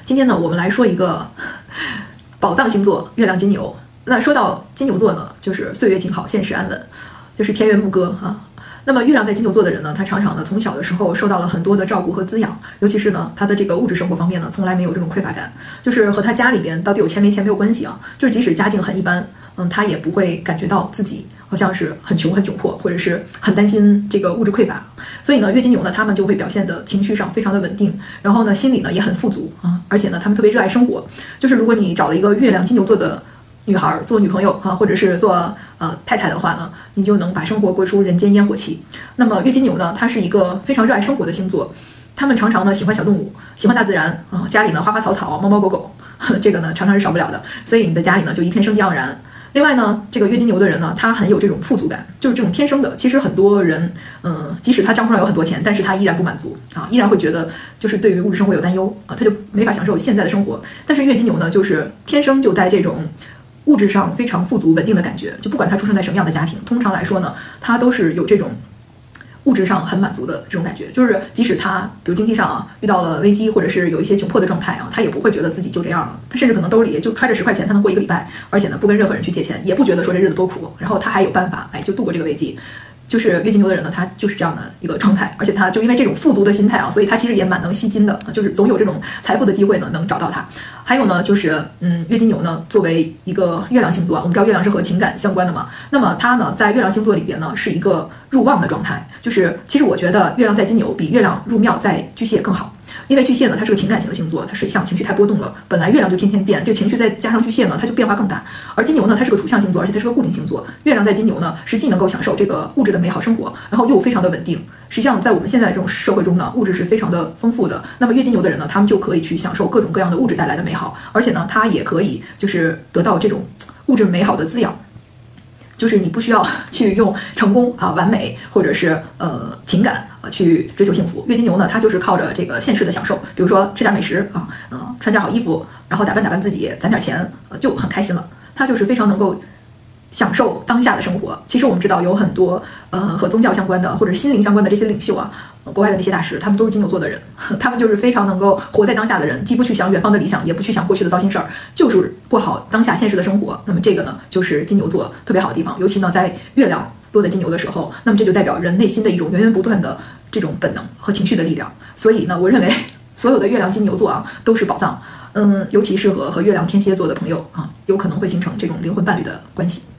今天呢，我们来说一个宝藏星座——月亮金牛。那说到金牛座呢，就是岁月静好，现实安稳，就是田园牧歌啊。那么月亮在金牛座的人呢，他常常呢从小的时候受到了很多的照顾和滋养，尤其是呢他的这个物质生活方面呢，从来没有这种匮乏感，就是和他家里边到底有钱没钱没有关系啊，就是即使家境很一般，他也不会感觉到自己好像是很穷很窘迫，或者是很担心这个物质匮乏。所以呢，月金牛呢，他们就会表现的情绪上非常的稳定，然后呢心里呢也很富足啊，而且呢他们特别热爱生活。就是如果你找了一个月亮金牛座的女孩做女朋友啊，或者是做太太的话呢，你就能把生活过出人间烟火气。那么月金牛呢，它是一个非常热爱生活的星座，他们常常呢喜欢小动物，喜欢大自然啊，家里呢花花草草、猫猫狗狗，这个呢常常是少不了的，所以你的家里呢就一片生机盎然。另外呢，这个月金牛的人呢，他很有这种富足感，就是这种天生的。其实很多人，即使他账户上有很多钱，但是他依然不满足啊，依然会觉得就是对于物质生活有担忧啊，他就没法享受现在的生活。但是月金牛呢，就是天生就带这种物质上非常富足稳定的感觉，就不管他出生在什么样的家庭，通常来说呢，他都是有这种物质上很满足的这种感觉，就是即使他比如经济上遇到了危机，或者是有一些窘迫的状态啊，他也不会觉得自己就这样了，他甚至可能兜里就揣着10块钱，他能过一个礼拜，而且呢不跟任何人去借钱，也不觉得说这日子多苦，然后他还有办法就度过这个危机。就是月金牛的人呢，他就是这样的一个状态，而且他就因为这种富足的心态啊，所以他其实也蛮能吸金的，就是总有这种财富的机会呢能找到他。还有呢，就是月金牛呢作为一个月亮星座啊，我们知道月亮是和情感相关的嘛，那么它呢在月亮星座里边呢是一个入旺的状态，就是其实我觉得月亮在金牛比月亮入庙在巨蟹更好。因为巨蟹呢，它是个情感型的星座，它水象，情绪太波动了。本来月亮就天天变，这个情绪再加上巨蟹呢，它就变化更大。而金牛呢，它是个土象星座，而且它是个固定星座。月亮在金牛呢，是既能够享受这个物质的美好生活，然后又非常的稳定。实际上，在我们现在这种社会中呢，物质是非常的丰富的。那么月金牛的人呢，他们就可以去享受各种各样的物质带来的美好，而且呢，他也可以就是得到这种物质美好的滋养。就是你不需要去用成功完美或者是情感去追求幸福。月金牛呢，他就是靠着这个现实的享受，比如说吃点美食穿件好衣服，然后打扮打扮自己，攒点钱就很开心了。他就是非常能够享受当下的生活。其实我们知道有很多和宗教相关的或者是心灵相关的这些领袖啊，国外的那些大师，他们都是金牛座的人，他们就是非常能够活在当下的人，既不去想远方的理想，也不去想过去的糟心事儿，就是过好当下现实的生活。那么这个呢，就是金牛座特别好的地方。尤其呢，在月亮落在金牛的时候，那么这就代表人内心的一种源源不断的这种本能和情绪的力量。所以呢，我认为所有的月亮金牛座啊都是宝藏，尤其适合和月亮天蝎座的朋友啊，有可能会形成这种灵魂伴侣的关系。